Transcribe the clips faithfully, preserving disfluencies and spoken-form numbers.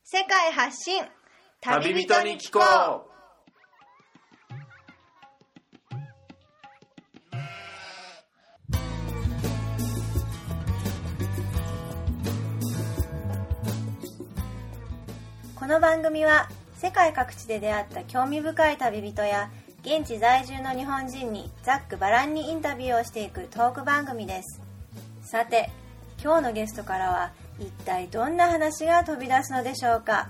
世界発信旅人に聞こう。 この番組は世界各地で出会った興味深い旅人や現地在住の日本人にざっくばらんにインタビューをしていくトーク番組です。さて、今日のゲストからは一体どんな話が飛び出すのでしょうか。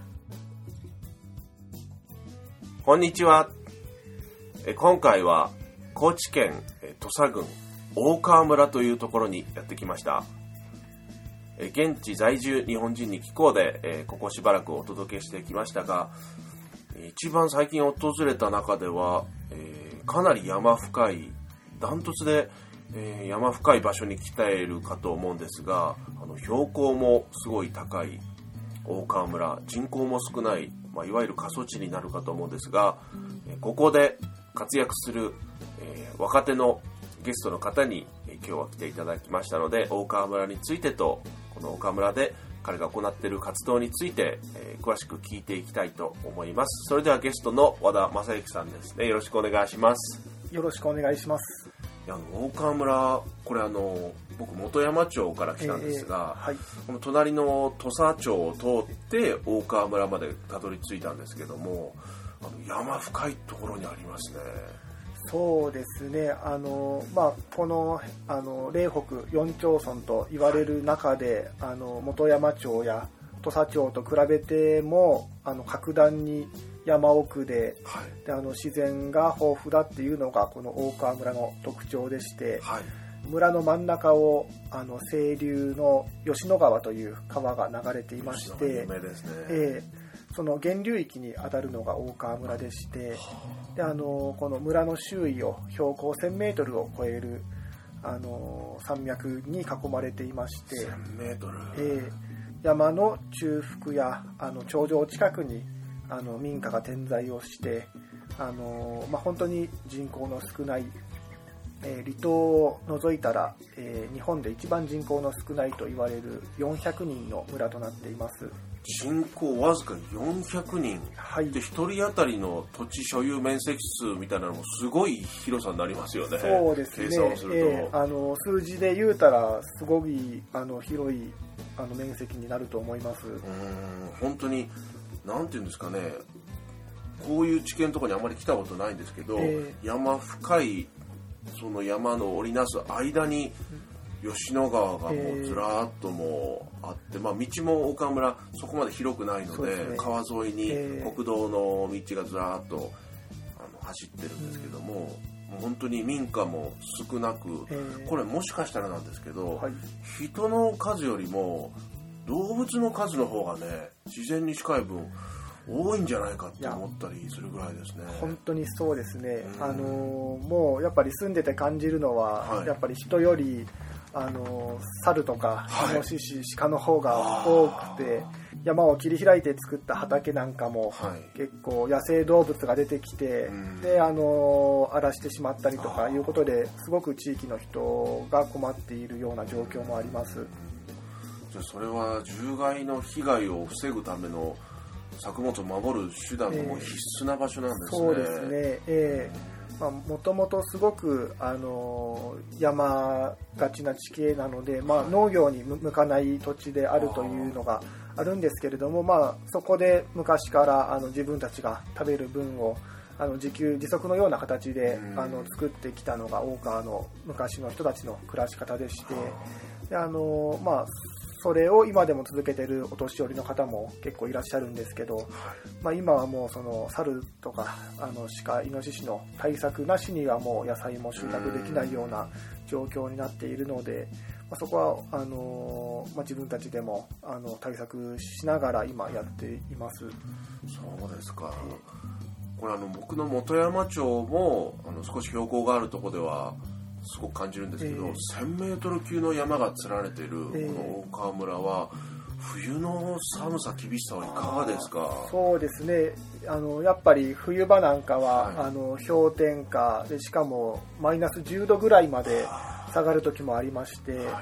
こんにちは。え今回は高知県土佐郡大川村というところにやってきました。え現地在住日本人に聞こうで、えここしばらくお届けしてきましたが、一番最近訪れた中では、えー、かなり山深いダントツで、えー、山深い場所に来ているかと思うんですが、あの標高もすごい高い大川村、人口も少ない、まあ、いわゆる過疎地になるかと思うんですが、ここで活躍する、えー、若手のゲストの方に、えー、今日は来ていただきましたので、大川村についてとこの大川村で彼が行っている活動について、えー、詳しく聞いていきたいと思います。それではゲストの和田正幸さんですね。よろしくお願いします。 よろしくお願いします。 いやあの大川村、これあの僕本山町から来たんですが、えーはい、この隣の土佐町を通って大川村までたどり着いたんですけども、あの山深いところにありますね。 そうですね。あの、まあ、この、あの嶺北よん町村と言われる中で、はい、あの本山町や土佐町と比べてもあの格段に山奥で、はい、であの自然が豊富だっていうのがこの大川村の特徴でして、はい、村の真ん中をあの清流の吉野川という川が流れていまして、 有名ですね。 えーその源流域にあたるのが大川村でして、であのこの村の周囲を標高せんメートルを超えるあの山脈に囲まれていまして、 せんメートル、 えー、山の中腹やあの頂上近くにあの民家が点在をして、あの、まあ、本当に人口の少ない、えー、離島を除いたら、えー、日本で一番人口の少ないと言われるよんひゃくにんの村となっています。 人口わずかよんひゃくにん、はい、でひとり当たりの土地所有面積数みたいなのもすごい広さになりますよね。 そうですね。 計算をすると、 えー、あの数字で言うたらすごいあの広いあの面積になると思います。 うーん、本当になんていうんですかね、こういう地形のところにあまり来たことないんですけど、えー、山深いその山の織りなす間に吉野川がもうずらーっともうあって、まあ、道も大川村そこまで広くないの で, で、ね、川沿いに国道の道がずらーっとあの走ってるんですけども、もう本当に民家も少なく、これもしかしたらなんですけど、はい、人の数よりも動物の数の方がね、自然に近い分多いんじゃないかって思ったりするぐらいですね。 本当にそうですね。あのもうやっぱり住んでて感じるのは、はい、やっぱり人よりあの猿とかイノシシ、鹿の方が多くて、山を切り開いて作った畑なんかも、はい、結構野生動物が出てきて、であの荒らしてしまったりとかいうことですごく地域の人が困っているような状況もあります。 じゃあそれは獣害の被害を防ぐための作物を守る手段も必須な場所なんですね。 そうですね。えーまあ、もともとすごくあの山がちな地形なので、まあ、農業に向かない土地であるというのがあるんですけれども、まあ、そこで昔からあの自分たちが食べる分をあの自給自足のような形であの作ってきたのが大川の昔の人たちの暮らし方でして、であの、まあそれを今でも続けているお年寄りの方も結構いらっしゃるんですけど、はい、まあ、今はもうその猿とかあの鹿、イノシシの対策なしにはもう野菜も収穫できないような状況になっているので、まあ、そこはあの、まあ、自分たちでもあの対策しながら今やっています。 そうですか。これあの僕の本山町もあの少し標高があるところではすごく感じるんですけど、えー、せんメートル級の山が連ねているこの大川村は、冬の寒さ厳しさはいかがですか？ そうですね。あのやっぱり冬場なんかは、はい、あの氷点下で、しかもマイナスじゅうどぐらいまで下がる時もありまして、はい、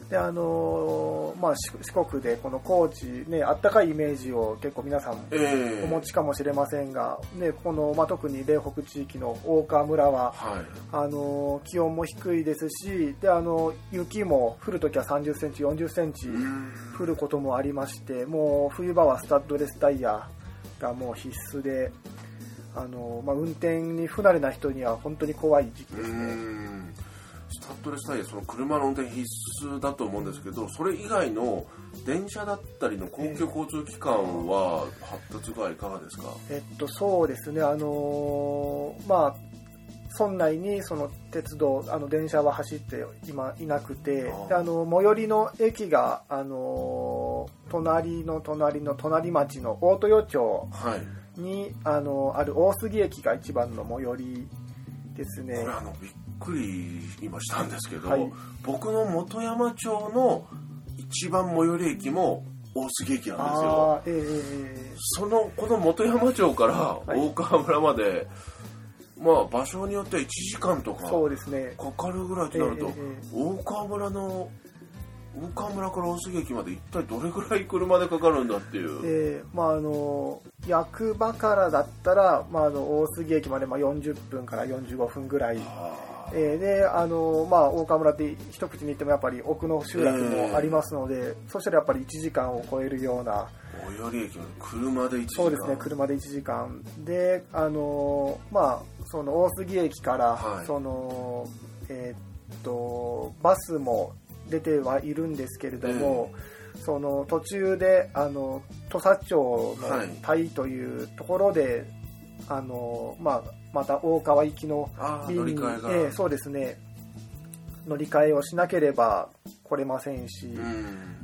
であのーまあ、四国でこの高知、ね、あったかいイメージを結構皆さんお持ちかもしれませんが、えーね、このまあ、特に嶺北地域の大川村は、はい、あのー、気温も低いですし、であの雪も降るときはさんじゅっセンチよんじゅっセンチ降ることもありまして、もう冬場はスタッドレスタイヤがもう必須で、あのーまあ、運転に不慣れな人には本当に怖い時期ですね。 スタッドレスタイヤ、その車の運転必須だと思うんですけど、それ以外の電車だったりの公共交通機関は発達がいかがですか？ えっとそうですね、あのー、まあ村内にその鉄道、あの電車は走って今いなくて、あであの最寄りの駅が、あのー、隣の隣の隣町の大豊町に、はい、あのある大杉駅が一番の最寄りですね。 これあのびっくり今したんですけど、はい、僕の本山町の一番最寄り駅も大杉駅なんですよ。えー、そのこの本山町から大川村まで、はい、まあ場所によってはいちじかんとかかかるぐらいとなると、えー、大川村の大川村から大杉駅まで一体どれぐらい車でかかるんだっていう、 えーまあ、あの役場からだったら、まあ、あの大杉駅までまあよんじゅっぷんからよんじゅうごふんぐらい、えー、であの、まあ、大川村って一口に言ってもやっぱり奥の集落もありますので、えー、そしたらやっぱりいちじかんを超えるような、 最寄り駅まで車でいちじかん、 そうですね、車でいちじかんで、あの、まあ、その大杉駅から、はい、そのえー、っとバスも出てはいるんですけれども、えー、その途中であの土佐町の台というところで、はい、あのまあ、また大川行きの便に、えー、そうですね、乗り換えをしなければ来れませんし、うん、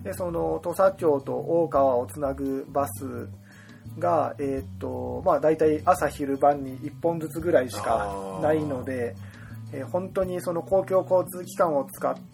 でその土佐町と大川をつなぐバスが、えーっとまあ、大体朝昼晩にいっぽんずつぐらいしかないので、えー、本当にその公共交通機関を使って、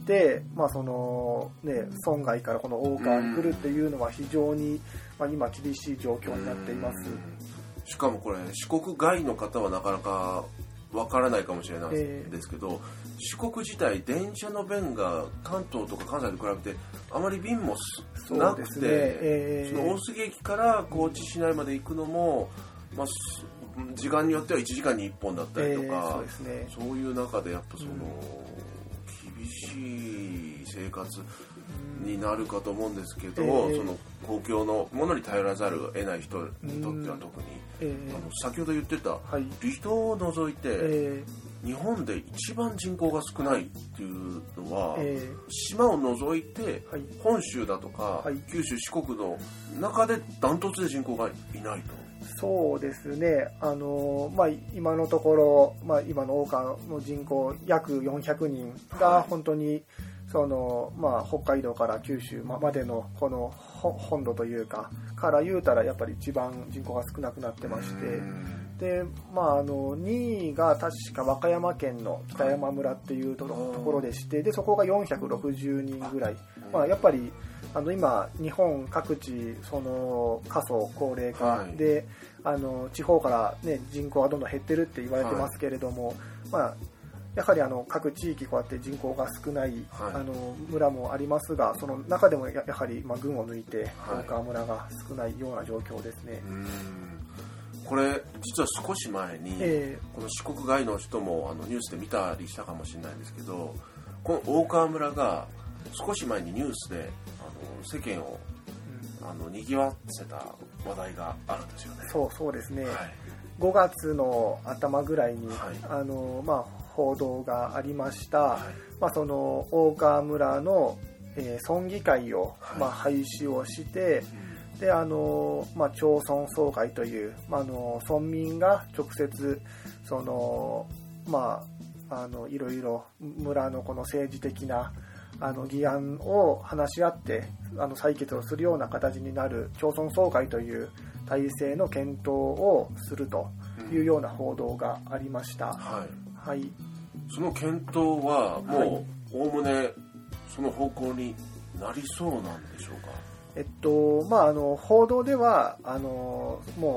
まあそのね、村外からこの大川に来るっていうのは非常に、まあ、今厳しい状況になっています。 しかもこれ四国外の方はなかなかわからないかもしれないんですけど、えー、四国自体電車の便が関東とか関西と比べてあまり便もなくて、ね、えー、その大杉駅から高知市内まで行くのも、まあ、時間によってはいちじかんにいっぽんだったりとか、えー そうですね、そういう中でやっぱその、うん、厳しい生活になるかと思うんですけど、えー、その公共のものに頼らざるを得ない人にとっては特に、えー、あの先ほど言ってた、はい、離島を除いて、えー、日本で一番人口が少ないっていうのは、えー、島を除いて、はい、本州だとか、はい、九州四国の中でダントツで人口がいないと。 そうですね、あのまあ、今のところ、まあ、今の大川の人口約よんひゃくにんが本当に、はい、そのまあ、北海道から九州までのこの本土というかから言うたらやっぱり一番人口が少なくなってまして、で、まあ、あのにいが確か和歌山県の北山村っていうところでして、でそこがよんひゃくろくじゅうにんぐらい、まあ、やっぱりあの今日本各地その過疎高齢化で、はい、あの地方から、ね、人口がどんどん減ってるって言われてますけれども、はい、まあやはりあの各地域こうやって人口が少ない、はい、あの村もありますが、その中でも や, やはりまあ群を抜いて大川村が少ないような状況ですね。はい、 うんこれ実は少し前に、えー、この四国外の人もあのニュースで見たりしたかもしれないんですけど、この大川村が少し前にニュースであの世間を、うん、あの賑わせた話題があるんですよね。 そうそうですね、はい、ごがつの頭ぐらいに、はい、あのまあ報道がありました、はい、まあ、その大川村の、えー、村議会を、はい、まあ、廃止をして、うん、であの、まあ、町村総会という、まあ、あの村民が直接その、まあ、あのいろいろ村のこの政治的なあの議案を話し合ってあの採決をするような形になる町村総会という体制の検討をするというような報道がありました。うん、はいはい、 その検討はもうおおむねその方向になりそうなんでしょうか。 えっとまあ、あの報道ではあのもう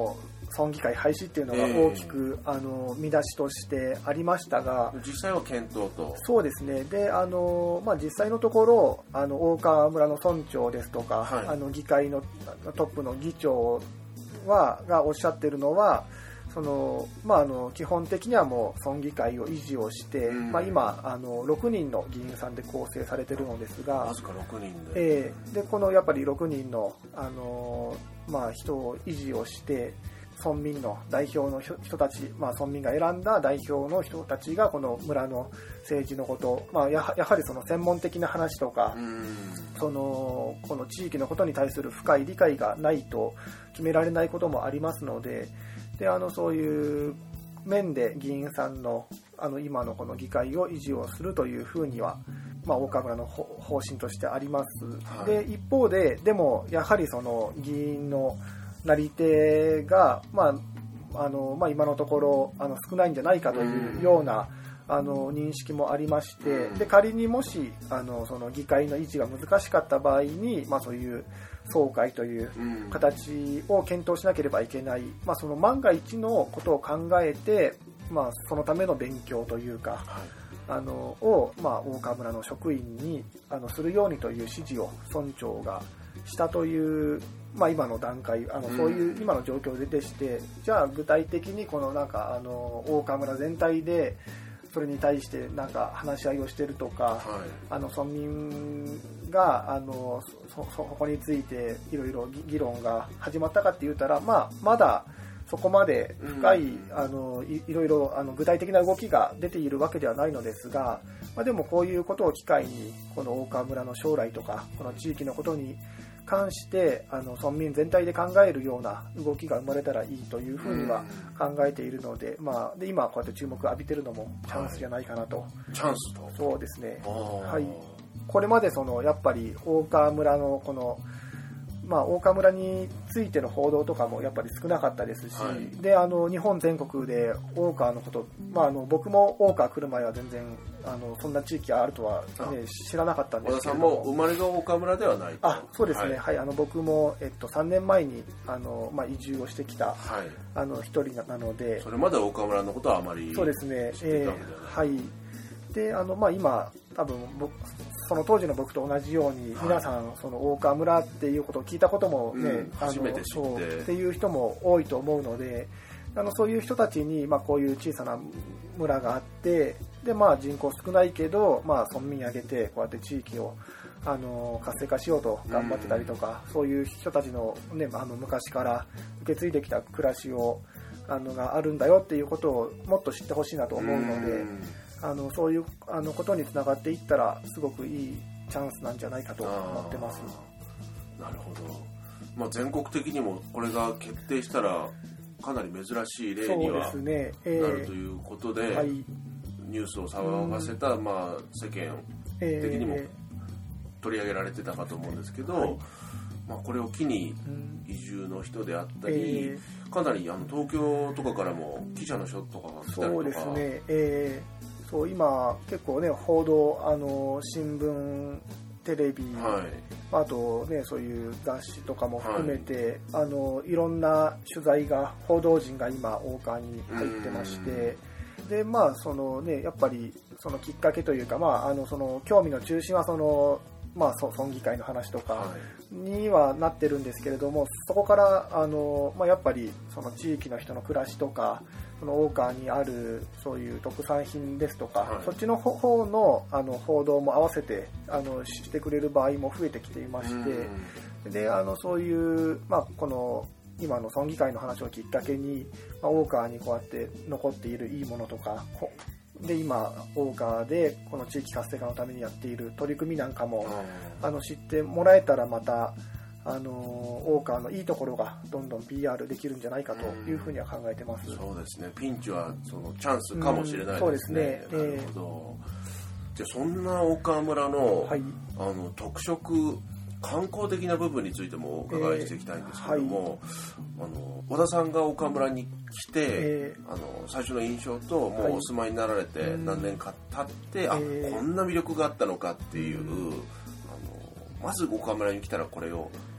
村議会廃止っていうのが大きく、えー、あの見出しとしてありましたが、 実際は検討と。 そうですね。で、あのまあ、実際のところあの大川村の村長ですとか、はい、あの議会のトップの議長はがおっしゃってるのは、そのまあ、あの基本的にはもう村議会を維持をして、うんまあ、今あのろくにんの議員さんで構成されているのですが、 わずかろくにんで、 えー、でこのやっぱりろくにんの、あのまあ、人を維持をして村民の代表の人たち、まあ、村民が選んだ代表の人たちがこの村の政治のこと、まあ、やは、やはりその専門的な話とか、うんそのこの地域のことに対する深い理解がないと決められないこともありますので、であのそういう面で議員さんの、あの今のこの議会を維持をするというふうには、まあ、大川村の方針としてあります、はい、で一方ででもやはりその議員のなり手が、まああのまあ、今のところあの少ないんじゃないかというような、うん、あの認識もありまして、うん、で仮にもしあのその議会の維持が難しかった場合に、まあ、そういう総会という形を検討しなければいけない、まあ、その万が一のことを考えて、まあ、そのための勉強というか、はい、あのを、まあ、大川村の職員にあのするようにという指示を村長がしたという、まあ、今の段階、あのそういう今の状況ででして、じゃあ具体的にこのなんかあの大川村全体でそれに対してなんか話し合いをしているとか、はい、あの村民があの そ, そこについていろいろ議論が始まったかって言ったら、まあ、まだそこまで深い、うん、あの い, いろいろあの具体的な動きが出ているわけではないのですが、まあ、でもこういうことを機会にこの大川村の将来とかこの地域のことに関してあの村民全体で考えるような動きが生まれたらいいというふうには考えているので、うんまあ、で今こうやって注目を浴びているのもチャンスじゃないかなと、はい、 チャンスとそうですね、はい、これまでそのやっぱり大川村のこのまあ、大川村についての報道とかもやっぱり少なかったですし、はい、であの日本全国で大川のこと、まあ、あの僕も大川来る前は全然あのそんな地域があるとは、ね、知らなかったんですけども、 小田さんも生まれが大川村ではないと。 あそうですね、はいはい、あの僕も、えっと、さんねんまえにあの、まあ、移住をしてきた、はい、あの一人なので、 それまで大川村のことはあまりそうですね、えー、はいであの、まあ、今多分僕その当時の僕と同じように、はい、皆さんその大川村っていうことを聞いたこともね、うん、 初めて知ってそうっていう人も多いと思うので、あのそういう人たちに、まあ、こういう小さな村があってで、まあ、人口少ないけど、まあ、村民挙げてこうやって地域をあの活性化しようと頑張ってたりとか、うん、そういう人たちの、ね、あの昔から受け継いできた暮らしをあのがあるんだよっていうことをもっと知ってほしいなと思うので、うんあのそういうあのことにつながっていったらすごくいいチャンスなんじゃないかと思ってます。 なるほど、まあ、全国的にもこれが決定したらかなり珍しい例にはなるということで、 はい、 ニュースを騒がせた、まあ、世間的にも取り上げられてたかと思うんですけど、はいまあ、これを機に移住の人であったり、えー、かなりあの東京とかからも記者の人とかが来たりとか。 そうですね、えーそう今結構ね報道あの新聞テレビ、はい、あとねそういう雑誌とかも含めて、はい、あのいろんな取材が報道陣が今大川に入ってまして、でまあそのねやっぱりそのきっかけというか、まあ、あのその興味の中心はそのまあ、村議会の話とかにはなってるんですけれども、そこからあの、まあ、やっぱりその地域の人の暮らしとかその大川にあるそういう特産品ですとか、はい、そっちの方の、あの報道も合わせてあのしてくれる場合も増えてきていまして、であのそういう、まあ、この今の村議会の話をきっかけに、まあ、大川にこうやって残っているいいものとかで今大川でこの地域活性化のためにやっている取り組みなんかもあの知ってもらえたらまたあの大川のいいところがどんどん ピーアール できるんじゃないかというふうには考えてます。 うん、そうですね、ピンチはそのチャンスかもしれないですね。うん、そうですね、なるほど、えー、じゃあそんな大川村の、はい、あの特色観光的な部分についてもお伺いしていきたいんですけども、えーはい、あの小田さんが大川村に来て、えー、あの最初の印象ともうお住まいになられて何年か経って、はい、あ、えー、こんな魅力があったのかっていう、あのまず大川村に来たらこれを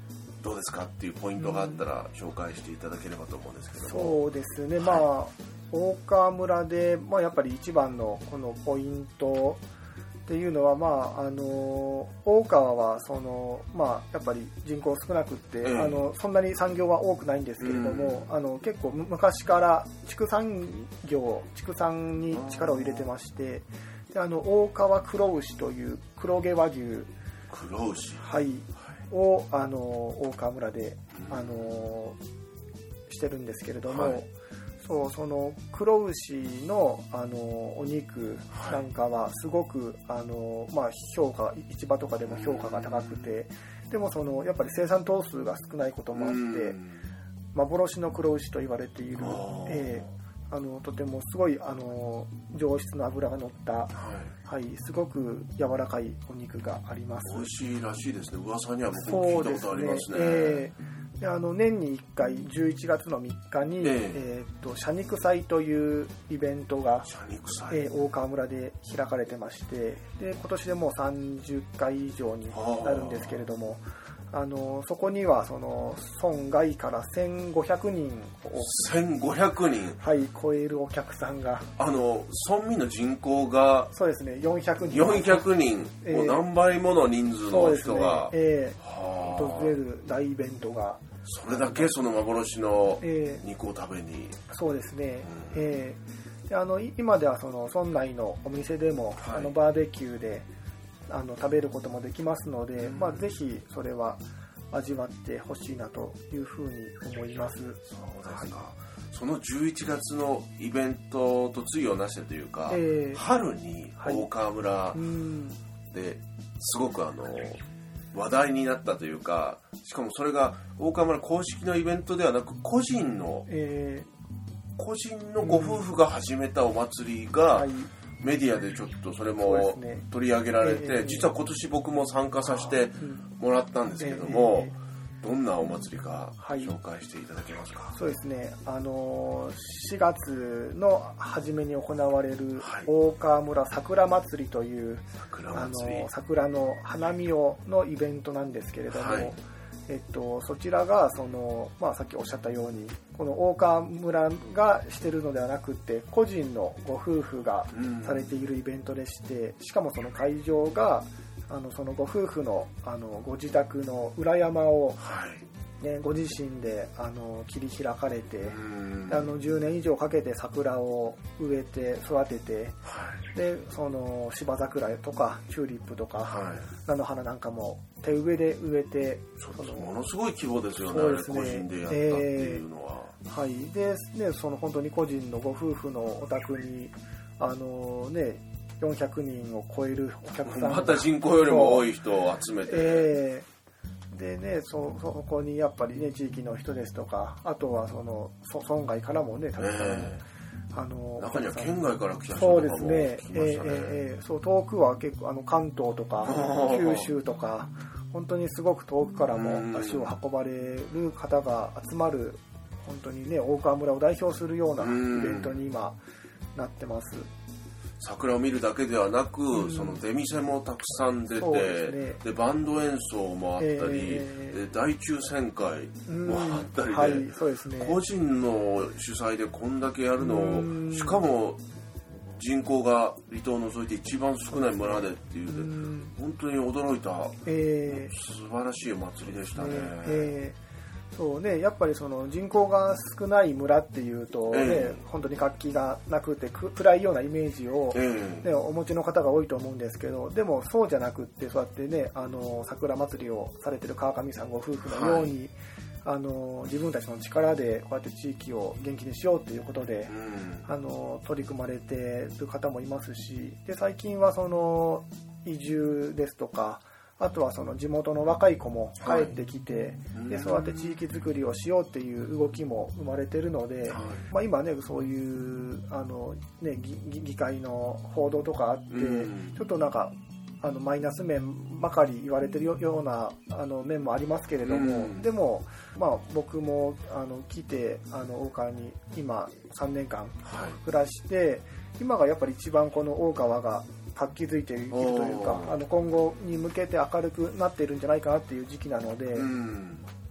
どうですかっていうポイントがあったら紹介していただければと思うんですけども。 そうですね、まあ、はい、大川村で、まあ、やっぱり一番のこのポイントっていうのは、まあ、あの大川はその、まあ、やっぱり人口少なくって、うん、あのそんなに産業は多くないんですけれども、うん、あの結構昔から畜産業畜産に力を入れてまして、であの大川黒牛という黒毛和牛黒牛、 はい、をあの大川村で、うん、あのしてるんですけれども、はい、そうその黒牛のあのお肉なんかはすごく、はい、あのまあ、評価市場とかでも評価が高くて、でもそのやっぱり生産頭数が少ないこともあって幻の黒牛と言われている、えー、あのとてもすごいあの上質な脂が乗った、はいはい、すごく柔らかいお肉があります。 美味しいらしいですね。噂には僕も聞いたことありますね。 えー、であの年にいっかいじゅういちがつのみっかに、えーえー、と謝肉祭というイベントが、えー、大川村で開かれてまして、で今年でもうさんじゅっかい以上になるんですけれども、あのそこにはその村外からせんごひゃくにんをせんごひゃくにん、 はい、超えるお客さんが、あの村民の人口がそうですねよんひゃくにん、 よんひゃくにん、えー、もう何倍もの人数の人が、 ねえー、訪れる大イベントが、 それだけその幻の肉を食べに、 えー、そうですね、うん、えー、であの今ではその村内のお店でも、はい、あのバーベキューであの食べることもできますので、うん、まあ、ぜひそれは味わってほしいなというふうに思います。 そうですか、はい、そのじゅういちがつのイベントと対をなしてというか、えー、春に大川村ですごくあの話題になったというか、しかもそれが大川村公式のイベントではなく個人の、えー、個人のご夫婦が始めたお祭りが、はい、メディアでちょっとそれも取り上げられて、ね、えー、実は今年僕も参加させてもらったんですけども、えーえー、どんなお祭りか紹介していただけますか。 はい、そうですね、あのしがつの初めに行われる大川村桜祭りという、はい、あの桜の花見をのイベントなんですけれども、はい、えっと、そちらがその、まあ、さっきおっしゃったようにこの大川村がしてるのではなくて個人のご夫婦がされているイベントでして、しかもその会場があのそのご夫婦の、あのご自宅の裏山を、ね、ご自身であの切り開かれて、あのじゅうねん以上かけて桜を植えて育てて、でその芝桜とかチューリップとか、はい、菜の花なんかも手植えで植えて、 そのものすごい規模ですよね。そうですね、個人でやったっていうのは、 えー、はいでね、その本当に個人のご夫婦のお宅にあのねよんひゃくにんを超えるお客さんがまた人口よりも多い人を集めて、 えー、でね そ, そこにやっぱりね地域の人ですとか、あとはその村外からもねたくさん、えーあの中には県外から来た人とかも聞きましたね。 そうですね、えーえー、そう遠くは結構あの関東とか九州とか本当にすごく遠くからも足を運ばれる方が集まる、本当にね大川村を代表するようなイベントに今なってます。 桜を見るだけではなく、うん、その出店もたくさん出て、で、ね、バンド演奏もあったり、えー、大抽選会もあったりで、うん、はい、そうですね、個人の主催でこんだけやるのを、うん、しかも人口が離島を除いて一番少ない村でっていう、うん、本当に驚いた、えー、素晴らしいお祭りでしたね。えーそうね、やっぱりその人口が少ない村っていうと、ね、えー、本当に活気がなくて暗いようなイメージを、ね、えー、お持ちの方が多いと思うんですけど、でもそうじゃなくってそうやってねあの桜祭りをされてる川上さんご夫婦のように、はい、あの自分たちの力でこうやって地域を元気にしようっていうことで、うん、あの取り組まれてる方もいますし、で最近はその移住ですとか、あとはその地元の若い子も帰ってきて、はい、でそうやって地域づくりをしようっていう動きも生まれてるので、はい、まあ、今ねそういうあの、ね、議, 議会の報道とかあって、ちょっとなんかあのマイナス面ばかり言われてるようなあの面もありますけれども、でも、まあ、僕もあの来てあの大川に今さんねんかん暮らして、はい、今がやっぱり一番この大川が活気づいているというか、あの今後に向けて明るくなっているんじゃないかなっていう時期なので、うん、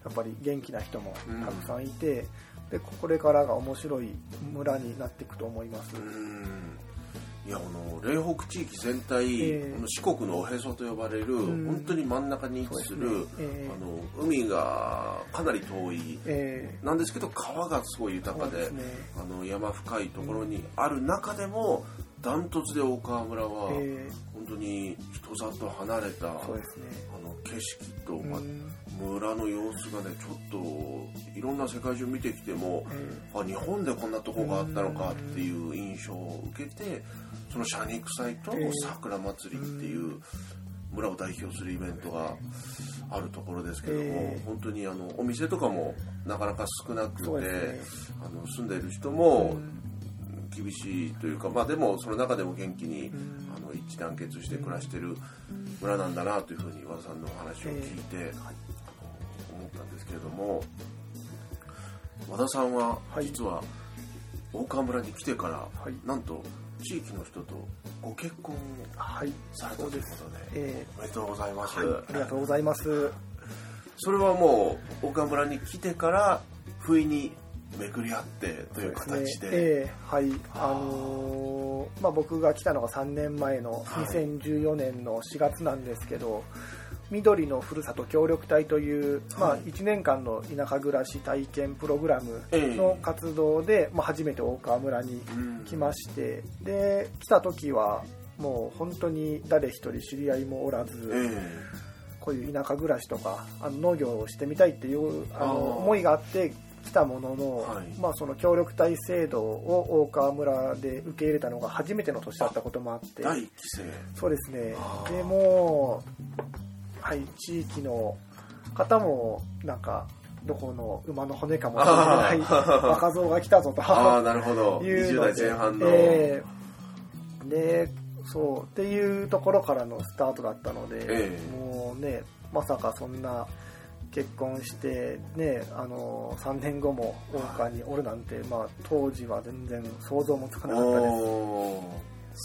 やっぱり元気な人もたくさんいて、でこれからが面白い村になっていくと思います。 うんいやあの嶺北地域全体、えー、四国のおへそと呼ばれる、うん、本当に真ん中に位置する、ねえー、あの海がかなり遠い、えー、なんですけど川がすごい豊か で, で、ね、あの山深いところにある中でも、うん、ダントツで大川村は、えー、本当に人里離れた、 そうですね、 あの景色と、まうん村の様子がねちょっといろんな世界中見てきても、うん、あ日本でこんなとこがあったのかっていう印象を受けて、その謝肉祭と桜祭りっていう村を代表するイベントがあるところですけども、えー、本当にあのお店とかもなかなか少なくて、ね、あの住んでいる人も厳しいというか、まあでもその中でも元気に、うん、あの一致団結して暮らしてる村なんだなというふうに和田さんのお話を聞いて、えー思ったんですけれども、和田さんは実は大川村に来てから、はい、なんと地域の人とご結婚されたということで、はいえー、おめでとうございます、 はい、ありがとうございます。 それはもう大川村に来てから不意に巡り合ってという形で、 ねえー、はいあのーまあ、僕が来たのがさんねんまえのにせんじゅうよねんのしがつなんですけど、はい緑のふるさと協力隊という、まあ、いちねんかんの田舎暮らし体験プログラムの活動で、まあ、初めて大川村に来まして、で来た時はもう本当に誰一人知り合いもおらず、こういう田舎暮らしとかあの農業をしてみたいっていうあの思いがあって来たものの、はいまあ、その協力隊制度を大川村で受け入れたのが初めての年だったこともあって第一期生そうですね。でもはい、地域の方もなんかどこの馬の骨かもしれない若造が来たぞとああなるほどにじゅう代前半の、 えー、でそうっていうところからのスタートだったので、えー、もうねまさかそんな結婚してねあのさんねんごも大川におるなんて、まあ、当時は全然想像もつかなかったです。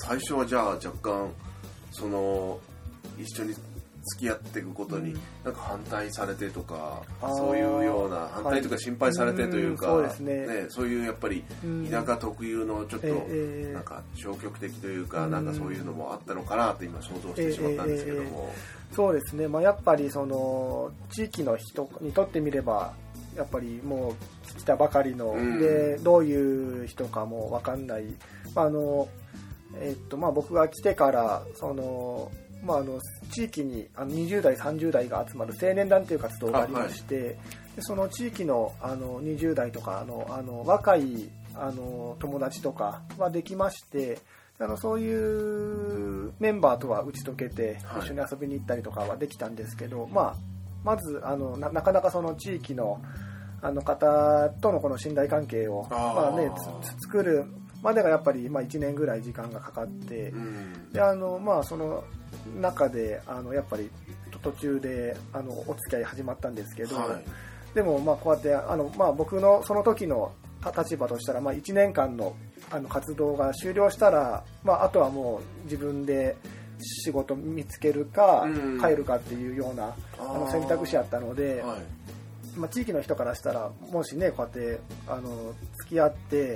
最初はじゃあ若干その一緒に付き合っていくことになんか反対されてとか、うん、そういうような反対とか心配されてというか、 はい、うんそうですね、 ねそういうやっぱり田舎特有のちょっとなんか消極的というか、うん、なんかそういうのもあったのかなと今想像してしまったんですけども、えーえー、そうですね、まあ、やっぱりその地域の人にとってみればやっぱりもう来たばかりの、うん、でどういう人かも分かんない、まああのえーっとまあ、僕が来てからそのまあ、あの地域にあのにじゅう代さんじゅう代が集まる青年団という活動がありまして、はい、でその地域の、あのにじゅう代とかあのあの若いあの友達とかはできまして、あのそういうメンバーとは打ち解けて一緒に遊びに行ったりとかはできたんですけど、はいまあ、まずあの な, なかなかその地域の、あの方とのこの信頼関係をまあね、つ作るまでがやっぱりまあいちねんぐらい時間がかかって、うん、であのまあその中であのやっぱり途中であのお付き合い始まったんですけど、はい、でもまあこうやってあの、まあ、僕のその時の立場としたら、まあ、いちねんかん の, あの活動が終了したら、まあ、あとはもう自分で仕事見つけるか、うん、帰るかっていうようなあの選択肢あったので、はいまあ、地域の人からしたらもしねこうやってあの付き合って、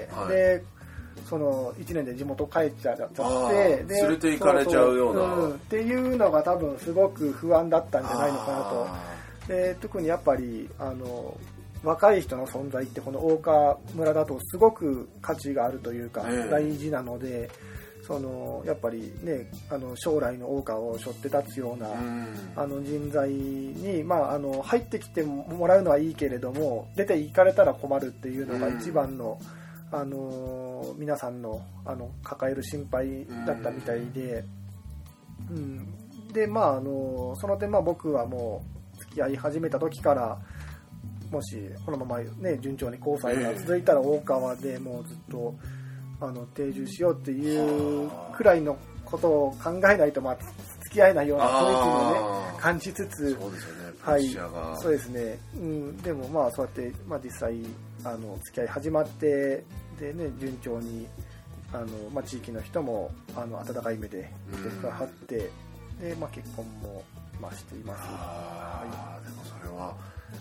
はい、でそのいちねんで地元帰っちゃってで連れて行かれちゃうようなそうそう、うん、っていうのが多分すごく不安だったんじゃないのかなと。で特にやっぱりあの若い人の存在ってこの大川村だとすごく価値があるというか、えー、大事なのでそのやっぱりねあの将来の大川を背負って立つような、うん、あの人材に、まあ、あの入ってきてもらうのはいいけれども出て行かれたら困るっていうのが一番の、うんあの皆さんの、あの抱える心配だったみたいで、うん、でまああのその点、まあ、僕はもう付き合い始めた時からもしこのまま、ね、順調に交際が続いたら大川でもうずっとあの定住しようっていうくらいのことを考えないと、まあ、付き合えないような雰囲気もね感じつつそうですよね、 はい、そうですね、うん、でもまあそうやって、まあ、実際あの付き合い始まってで、ね、順調にあの、まあ、地域の人もあの温かい目で見てくださってで、まあ、結婚も、まあ、しています。 あ、はい、でもそれは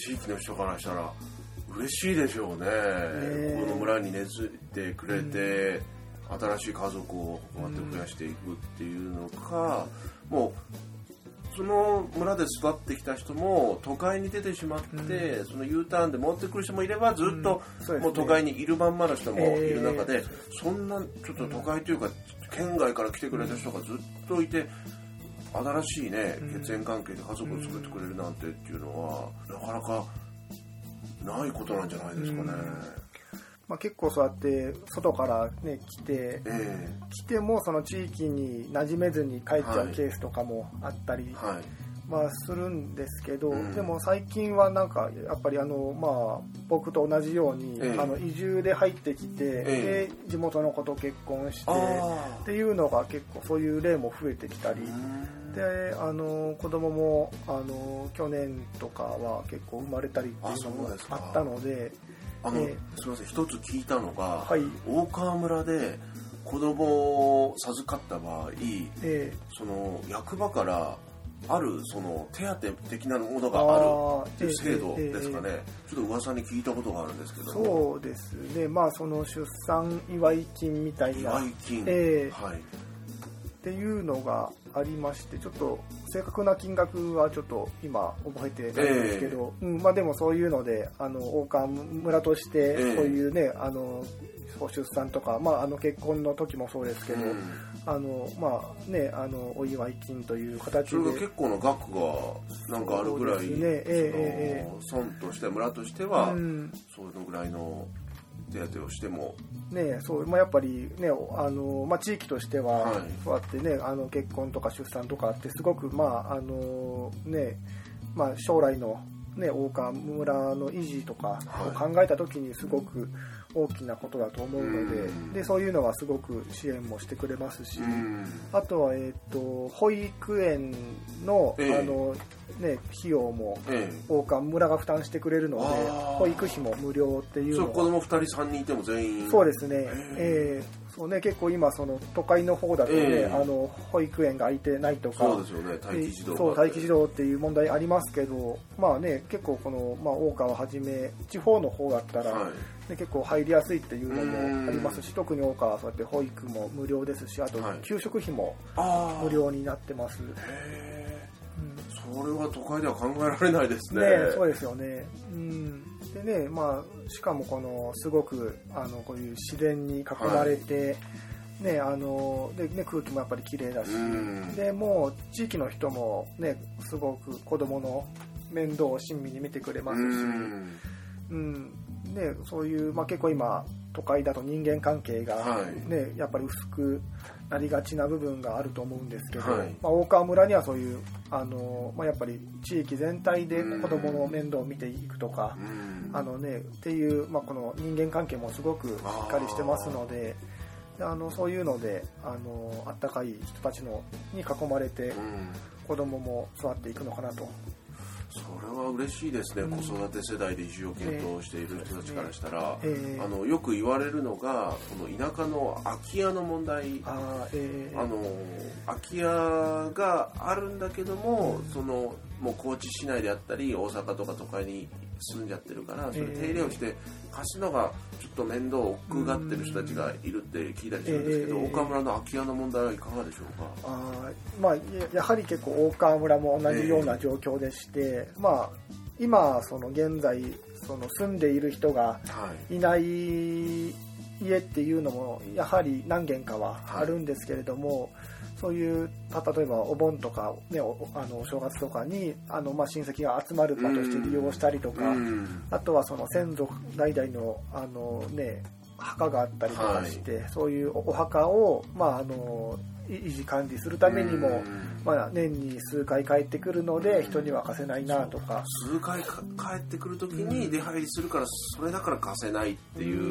地域の人からしたら嬉しいでしょうね、えー、この村に根付いてくれて、うん、新しい家族をこうやって増やしていくっていうのか、うん、もうその村で育ってきた人も都会に出てしまって、うん、その U ターンで戻ってくる人もいればずっともう都会にいるまんまの人もいる中で、そんなちょっと都会というか県外から来てくれた人がずっといて、新しいね血縁関係で家族を作ってくれるなんてっていうのはなかなかないことなんじゃないですかね。 まあ、結構そうやって外からね来て、えー、来てもその地域に馴染めずに帰っちゃうケースとかもあったり、はいはい、まあするんですけど、うん、でも最近はなんかやっぱりあのまあ僕と同じように、えー、あの移住で入ってきて、えー、で地元の子と結婚してっていうのが結構そういう例も増えてきたり。であの子供もあの去年とかは結構生まれたりっていうのもあったので、 あの、えー、すみません、一つ聞いたのが、はい、大川村で子供を授かった場合、えー、その役場からあるその手当的なものがあるっていう制度ですかね、えーえー、ちょっと噂に聞いたことがあるんですけども。 そうですね、まあその出産祝い金みたいな祝い金、 えーはい、っていうのがありまして、ちょっと正確な金額はちょっと今覚えてないんですけど、えーうんまあ、でもそういうのであの大川村としてそういうね、えー、あの出産とか、まあ、あの結婚の時もそうですけど、うん、あのまあねあのお祝い金という形でそれが結構な額がなんかあるぐらい、ねえー、村として村としては、うん、そのぐらいの手当てをしてもねそうまあ、やっぱりねあの、まあ、地域としては、はい、そうやってねあの結婚とか出産とかってすごくまああのねまあ将来のね大川村の維持とかを考えた時にすごく大きなことだと思うので、でそういうのはすごく支援もしてくれますし、あとはえっと保育園の、えー、あのね費用も大川村が負担してくれるので、保育費も無料っていうのは。 そう子供ふたりさんにんいても全員。 そうですね。えーそうね、結構今その都会の方だとね、えー、あの保育園が空いてないとか、 そうですよね、待機児童そう待機児童っていう問題ありますけど、まあね結構この、まあ、大川はじめ地方の方だったら、はいね、結構入りやすいっていうのもありますし、特に大川はそうやって保育も無料ですし、あと給食費も無料になってます。はいへー、うん、それは都会では考えられないですね。 ねそうですよね。うんでねまあ、しかもこのすごくあのこういう自然に囲まれて、はいねあのでね、空気もやっぱり綺麗だし、でもう地域の人も、ね、すごく子供の面倒を親身に見てくれますし、うんうんね、そういう、まあ、結構今都会だと人間関係が、ねはい、やっぱり薄くなりがちな部分があると思うんですけど、はいまあ、大川村にはそういうあの、まあ、やっぱり地域全体で子どもの面倒を見ていくとか、あのね、っていう、まあ、この人間関係もすごくしっかりしてますので、あのそういうのであのあったかい人たちのに囲まれて子どもも育っていくのかなと。 それは嬉しいですね、うん、子育て世代で移住を検討している人たちからしたら、えー、あのよく言われるのがこの田舎の空き家の問題。あ、えー、あの空き家があるんだけども、うん、そのもう高知市内であったり大阪とか都会に住んじゃってるからそれ手入れをして貸すのがちょっと面倒を億劫がってる人たちがいるって聞いたりするんですけど、えー、大川村の空き家の問題はいかがでしょうか。 あ、まあ、やはり結構大川村も同じような状況でして、えー、まあ今その現在その住んでいる人がいない家っていうのもやはり何軒かはあるんですけれども、はい、そういう例えばお盆とか、ね、お, あのお正月とかにあの、まあ、親戚が集まる場として利用したりとか、あとはその先祖代々の、あの、ね、墓があったりとかして、はい、そういうお墓を、まあ、あの維持管理するためにも、まあ、年に数回帰ってくるので人には貸せないなとか、 数回帰ってくる時に出入りするからそれだから貸せないっていう、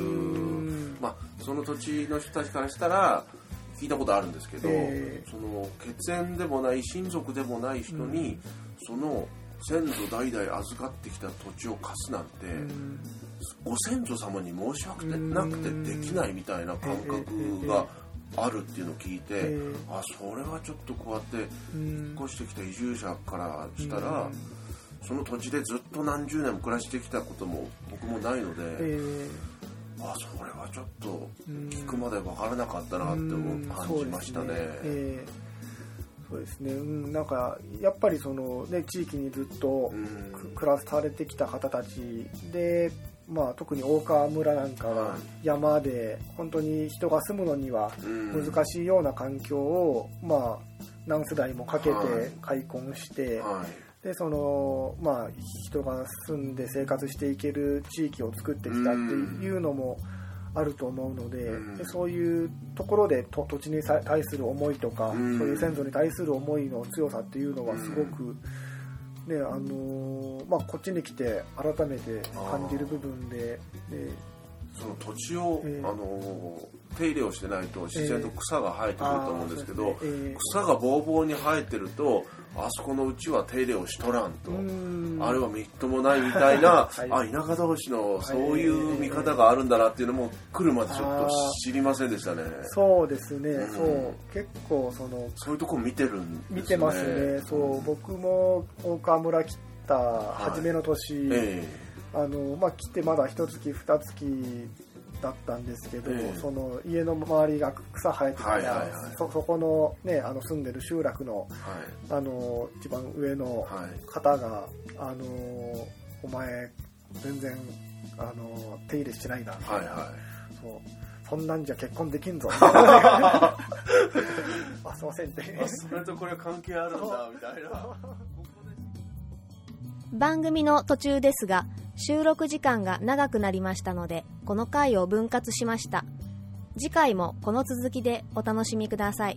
まあ、その土地の人たちからしたら聞いたことあるんですけど、えー、その血縁でもない親族でもない人に、うん、その先祖代々預かってきた土地を貸すなんて、うん、ご先祖様に申し訳なくてできないみたいな感覚があるっていうのを聞いて、えー、あそれはちょっとこうやって引っ越してきた移住者からしたら、 その土地でずっと何十年も暮らしてきたことも僕もないので、えー、あそれはちょっと聞くまで分からなかったなって感じましたね。えーそうですね、うん、なんかやっぱりその、ね、地域にずっと暮らされてきた方たちで、まあ、特に大川村なんかは山で本当に人が住むのには難しいような環境を、まあ、何世代もかけて開墾して、でそのまあ、人が住んで生活していける地域を作ってきたっていうのもあると思うの で,、うん、でそういうところでと土地に対する思いとか、うん、そういう先祖に対する思いの強さっていうのはすごく、ね、あのーまあ、こっちに来て改めて感じる部分で、ね、 その土地を、えーあのー手入れをしてないと自然と草が生えてくると思うんですけど、えーえー、草がぼうぼうに生えてるとあそこのうちは手入れをしとらんと、んあれはみっともないみたいな、はい、あ田舎同士のそういう見方があるんだなっていうのも来るまでちょっと知りませんでしたね。 そうですね、うん、そう結構そのそういうとこ見てるんですね。 見てますね。そう、うん、僕も大川村来た初めの年、はいえーあのまあ、来てまだ一月二月だったんですけど、えー、その家の周りが草生えてきたら、はいはいはい、そ, そこの、ね、あの住んでる集落の、はい、あの一番上の方が、はい、あのお前全然あの手入れしてないな、はいはい、そうそんなんじゃ結婚できんぞあすいませんってあそれとこれ関係あるんだみたいな。 番組の途中ですが収録時間が長くなりましたのでこの回を分割しました。次回もこの続きでお楽しみください。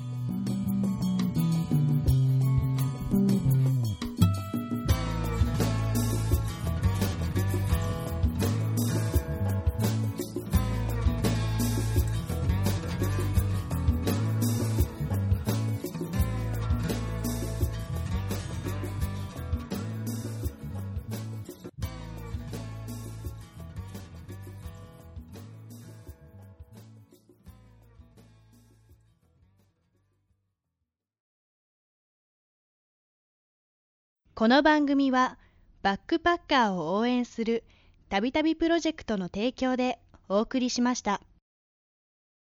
この番組はバックパッカーを応援するたびたびプロジェクトの提供でお送りしました。